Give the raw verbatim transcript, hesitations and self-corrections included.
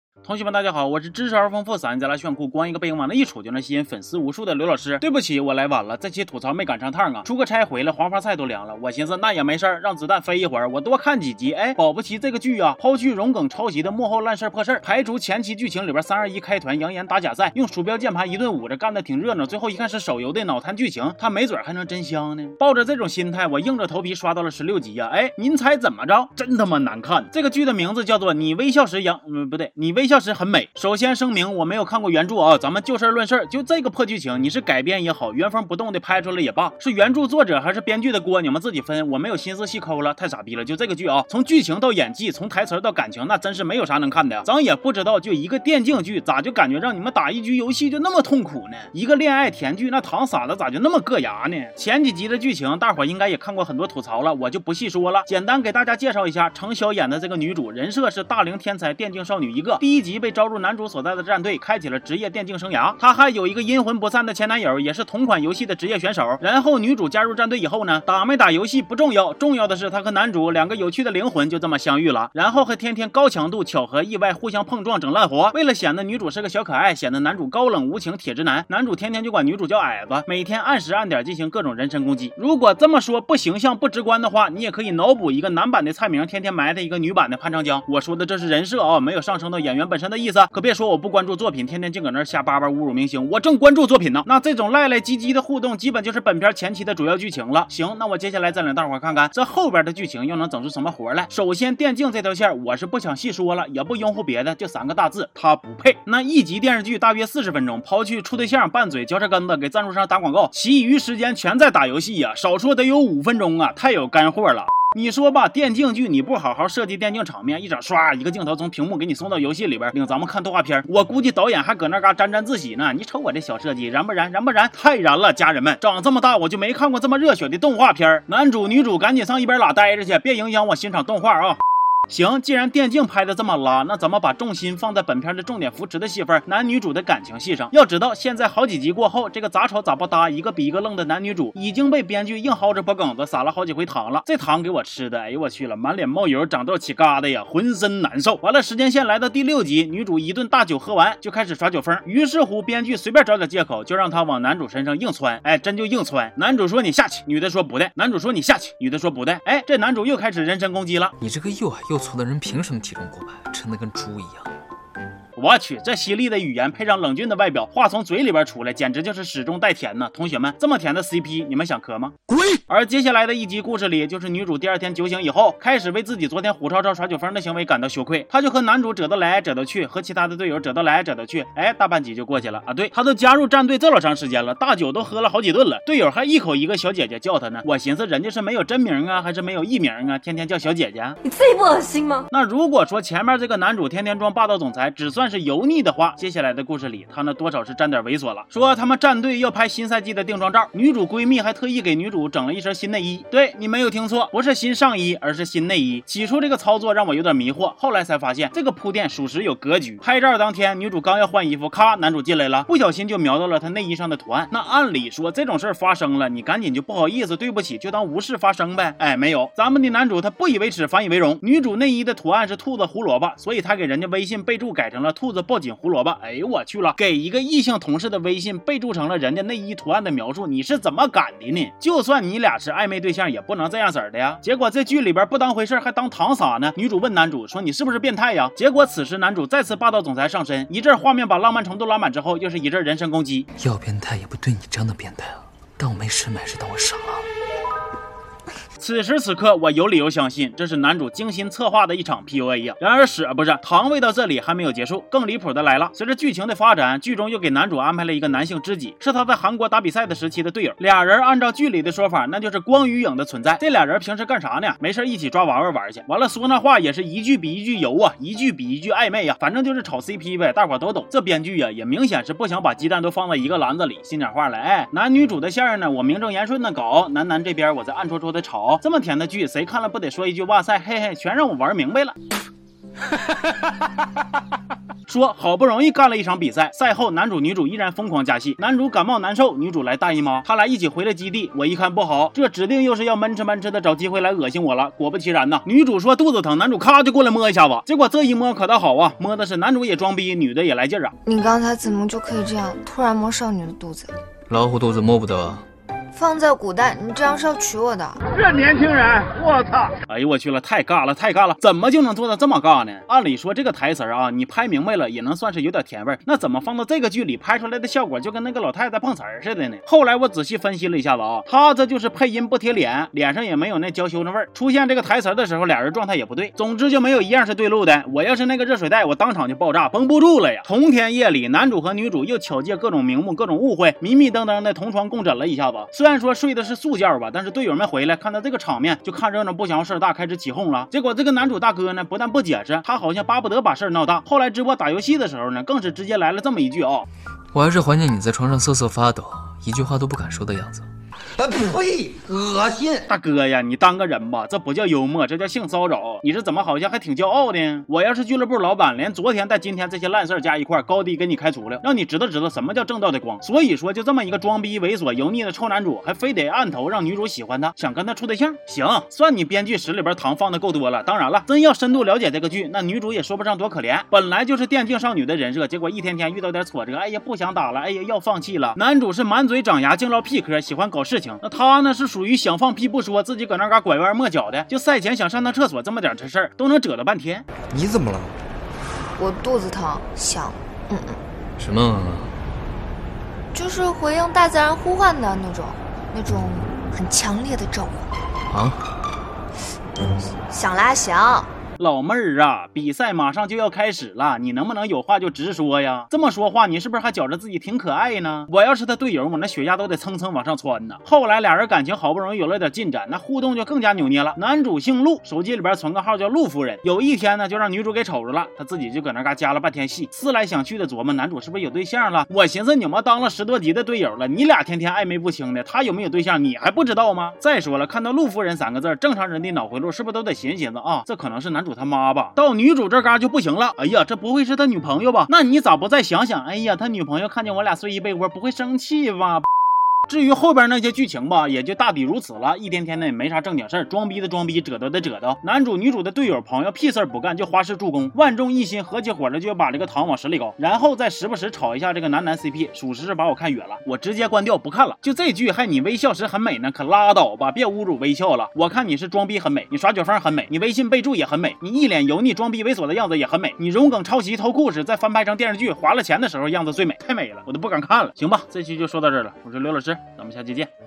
同学们大家好，我是知识而丰富、嗓音贼拉炫酷、光一个背影往那一杵就能吸引粉丝无数的刘老师。对不起，我来晚了，这期吐槽没赶上趟啊，出个差回来黄花菜都凉了。我寻思那也没事儿，让子弹飞一会儿，我多看几集。哎，保不齐这个剧啊，抛去荣梗抄袭的幕后烂事破事儿，排除前期剧情里边三二一开团扬言打假赛，用鼠标键盘一顿捂着干的挺热闹，最后一看是手游的脑瘫剧情，他没准还能真香呢。抱着这种心态，我硬着头皮刷到了十六集呀、啊。哎，您猜怎么着？真他妈难看！这个剧的名字叫做《你微笑时扬》，嗯，不对，你微笑时很美。首先声明，我没有看过原著啊，咱们就事论事，就这个破剧情，你是改编也好，原封不动的拍出来也罢，是原著作者还是编剧的锅，你们自己分，我没有心思细抠了，太傻逼了。就这个剧啊，从剧情到演技，从台词到感情，那真是没有啥能看的呀。咱也不知道，就一个电竞剧，咋就感觉让你们打一局游戏就那么痛苦呢？一个恋爱甜剧，那糖撒的咋就那么硌牙呢？前几集的剧情，大伙应该也看过很多吐槽了，我就不细说了，简单给大家介绍一下。程晓演的这个女主，人设是大龄天才电竞少女一个，第一集被招入男主所在的战队，开启了职业电竞生涯。她还有一个阴魂不散的前男友，也是同款游戏的职业选手。然后女主加入战队以后呢，打没打游戏不重要，重要的是她和男主两个有趣的灵魂就这么相遇了，然后还天天高强度巧合意外互相碰撞整烂活。为了显得女主是个小可爱，显得男主高冷无情铁直男，男主天天就管女主叫矮子，每天按时按点进行各种人身攻击。如果这么说不形象不直观的话，你也可以脑补一个男版的蔡明天天埋汰一个女版的潘长江。我说的这是人设啊，没有上升到演员本身的意思，可别说我不关注作品，天天净搁那瞎叭叭侮辱明星，我正关注作品呢。那这种赖赖唧唧的互动基本就是本片前期的主要剧情了。行，那我接下来再领大伙看看这后边的剧情又能整出什么活来。首先电竞这条线我是不想细说了，也不拥护别的，就三个大字，他不配。那一集电视剧大约四十分钟，抛去处对象拌嘴嚼舌根子给赞助商打广告，其余时间全在打游戏呀、啊，少说得有五分钟啊，太有干货了。你说吧，电竞剧你不好好设计电竞场面，一整刷一个镜头从屏幕给你送到游戏里边，领咱们看动画片，我估计导演还搁那嘎沾沾自喜呢。你瞅我这小设计，燃不燃？燃不燃？太燃了，家人们！长这么大我就没看过这么热血的动画片。男主女主赶紧上一边拉待着去，别影响我欣赏动画啊！行，既然电竞拍的这么拉，那咱们把重心放在本片的重点扶持的戏份男女主的感情戏上。要知道现在好几集过后，这个咋吵咋不搭，一个比一个愣的男女主已经被编剧硬薅着脖梗子撒了好几回糖了。这糖给我吃的，哎呦我去了，满脸冒油，长痘起疙瘩呀，浑身难受。完了，时间线来到第六集，女主一顿大酒喝完就开始耍酒疯，于是乎编剧随便找点借口就让她往男主身上硬窜。哎，真就硬窜。男主说你下去，女的说不对，男主说你下去，女的说不对。哎，这男主又开始人身攻击了。 你这个又矮又粗的人凭什么体重过百，称得跟猪一样？ 我去，这犀利的语言配上冷峻的外表，话从嘴里边出来，简直就是始终带甜呢。同学们，这么甜的 C P， 你们想磕吗？滚！而接下来的一集故事里，就是女主第二天酒醒以后，开始为自己昨天虎超超耍酒疯的行为感到羞愧。她就和男主折得来折得去，和其他的队友折得来折得去，哎，大半集就过去了啊。对，她都加入战队这老长时间了，大酒都喝了好几顿了，队友还一口一个小姐姐叫她呢。我寻思人家是没有真名啊，还是没有艺名啊，天天叫小姐姐， 你这不恶心吗？ 那如果说前面这个男主天天装霸道总裁只算是油腻的话，接下来的故事里他那多少是沾点猥琐了。说他们战队要拍新赛季的定妆照，女主闺蜜还特意给女主整了一身新内衣。对，你没有听错，不是新上衣，而是新内衣。起初这个操作让我有点迷惑，后来才发现这个铺垫属实有格局。拍照当天，女主刚要换衣服，咔，男主进来了，不小心就瞄到了她内衣上的图案。那按理说这种事儿发生了，你赶紧就不好意思对不起，就当无事发生呗。哎，没有，咱们的男主他不以为耻反以为荣。女主内衣的图案是兔子胡萝卜，所以他给人家微信备注改成了兔子抱紧胡萝卜。哎呦我去了，给一个异性同事的微信备注成了人家内衣图案的描述，你是怎么敢的呢？就算你俩是暧昧对象，也不能这样式儿的呀。结果这剧里边不当回事还当糖撒呢。女主问男主说你是不是变态呀？结果此时男主再次霸道总裁上身，一阵画面把浪漫程度拉满之后，又是一阵人身攻击。 要变态也不对你这样的变态啊，当我没审美还是当我傻啊？ 此时此刻，我有理由相信这是男主精心策划的一场 P U A 呀。然而屎不是糖味到这里还没有结束，更离谱的来了。随着剧情的发展，剧中又给男主安排了一个男性知己，是他在韩国打比赛的时期的队友。俩人按照剧里的说法，那就是光与影的存在。这俩人平时干啥呢？没事一起抓娃娃玩去。完了说那话也是一句比一句油啊，一句比一句暧昧呀，反正就是炒 C P 呗，大伙都懂。这编剧呀也明显是不想把鸡蛋都放在一个篮子里。心点话了，哎，男女主的线呢，我名正言顺的搞，男男这边我在暗戳戳的炒。这么甜的剧，谁看了不得说一句哇塞，嘿嘿，全让我玩明白了。 说好不容易干了一场比赛，赛后男主女主依然疯狂加戏，男主感冒难受，女主来大姨妈，他俩一起回了基地。我一看不好，这指定又是要闷吃闷吃的找机会来恶心我了。果不其然呐，女主说肚子疼，男主咔就过来摸一下子，结果这一摸可倒好啊，摸的是男主也装逼，女的也来劲儿啊。 你刚才怎么就可以这样突然摸少女的肚子？ 老虎肚子摸不得。 放在古代，你这样是要娶我的。 这年轻人，我操！ 哎呦我去了，太尬了，太尬了，怎么就能做到这么尬呢？按理说这个台词啊，你拍明白了也能算是有点甜味，那怎么放到这个剧里拍出来的效果就跟那个老太太碰瓷儿似的呢？后来我仔细分析了一下子啊，他这就是配音不贴脸，脸上也没有那娇羞的味儿，出现这个台词的时候，俩人状态也不对，总之就没有一样是对路的。我要是那个热水袋，我当场就爆炸，绷不住了呀！同天夜里，男主和女主又巧借各种名目、各种误会，迷迷瞪瞪的同床共枕了一下子。虽然说睡的是素觉吧，但是队友们回来看到这个场面，就看热闹不嫌事大，开始起哄了。结果这个男主大哥呢，不但不解释，他好像巴不得把事儿闹大。后来直播打游戏的时候呢，更是直接来了这么一句啊、哦：“ 我还是怀念你在床上瑟瑟发抖，一句话都不敢说的样子。” 啊呸！恶心！ 大哥呀，你当个人吧，这不叫幽默，这叫性骚扰。你是怎么好像还挺骄傲的？我要是俱乐部老板，连昨天带今天这些烂事儿加一块，高低给你开除了，让你知道知道什么叫正道的光。所以说，就这么一个装逼猥琐油腻的臭男主，还非得按头让女主喜欢他，想跟他处对象。行，算你编剧史里边糖放的够多了。当然了，真要深度了解这个剧，那女主也说不上多可怜，本来就是电竞少女的人设，结果一天天遇到点挫折，哎呀不想打了，哎呀要放弃了。男主是满嘴长牙，净唠屁嗑，喜欢搞事情。那他呢是属于想放屁不说，自己搁那嘎拐弯抹角的，就赛前想上趟厕所这么点这事儿都能折腾半天。 你怎么了？ 我肚子疼，想，嗯嗯， 什么？ 就是回应大自然呼唤的那种，那种很强烈的召唤。 啊？ 想啦想。 老妹儿啊，比赛马上就要开始了，你能不能有话就直说呀？这么说话，你是不是还觉着自己挺可爱呢？我要是他队友，我那血压都得蹭蹭往上窜呢。后来俩人感情好不容易有了点进展，那互动就更加扭捏了。男主姓陆，手机里边存个号叫陆夫人。有一天呢，就让女主给瞅着了，他自己就搁那嘎加了半天戏，思来想去的琢磨，男主是不是有对象了？我寻思你们当了十多集的队友了，你俩天天暧昧不清的，他有没有对象你还不知道吗？再说了，看到陆夫人三个字，正常人的脑回路是不是都得寻寻思啊？这可能是男主他妈吧？到女主这嘎就不行了，哎呀，这不会是他女朋友吧？那你咋不再想想？哎呀，他女朋友看见我俩睡一被窝，不会生气吧？至于后边那些剧情吧，也就大抵如此了。一天天的也没啥正经事儿，装逼的装逼，折腾的折腾。男主女主的队友朋友屁事儿不干，就花式助攻，万众一心，合起伙来就要把这个糖往实里搞，然后再时不时炒一下这个男男 C P， 属实是把我看远了，我直接关掉不看了。就这剧还你微笑时很美呢，可拉倒吧，别侮辱微笑了。我看你是装逼很美，你耍酒疯很美，你微信备注也很美，你一脸油腻装逼猥琐的样子也很美，你荣梗抄袭偷故事再翻拍成电视剧花了钱的时候样子最美，太美了，我都不敢看了。行吧，这期就说到这儿了，我是刘老师，咱们下期见。